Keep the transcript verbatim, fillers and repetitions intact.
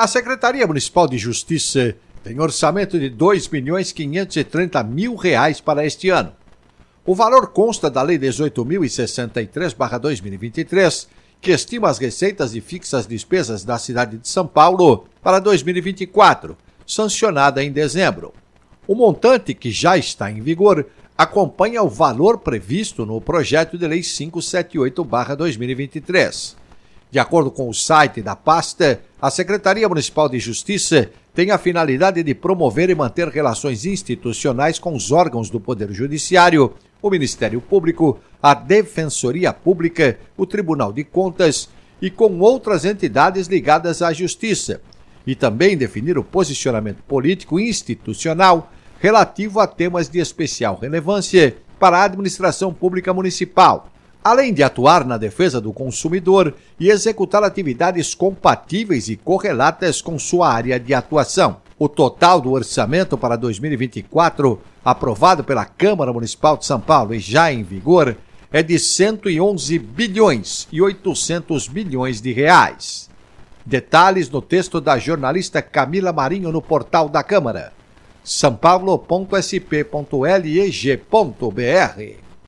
A Secretaria Municipal de Justiça tem orçamento de dois milhões quinhentos e trinta mil reais para este ano. O valor consta da Lei dezoito mil e sessenta e três barra dois mil e vinte e três, que estima as receitas e fixas despesas da cidade de São Paulo para dois mil e vinte e quatro, sancionada em dezembro. O montante, que já está em vigor, acompanha o valor previsto no projeto de lei quinhentos e setenta e oito barra dois mil e vinte e três. De acordo com o site da pasta, a Secretaria Municipal de Justiça tem a finalidade de promover e manter relações institucionais com os órgãos do Poder Judiciário, o Ministério Público, a Defensoria Pública, o Tribunal de Contas e com outras entidades ligadas à Justiça, e também definir o posicionamento político e institucional relativo a temas de especial relevância para a administração pública municipal, além de atuar na defesa do consumidor e executar atividades compatíveis e correlatas com sua área de atuação. O total do orçamento para dois mil e vinte e quatro, aprovado pela Câmara Municipal de São Paulo e já em vigor, é de cento e onze bilhões e oitocentos milhões de reais. Detalhes no texto da jornalista Camila Marinho no portal da Câmara, são paulo ponto s p ponto leg ponto b r.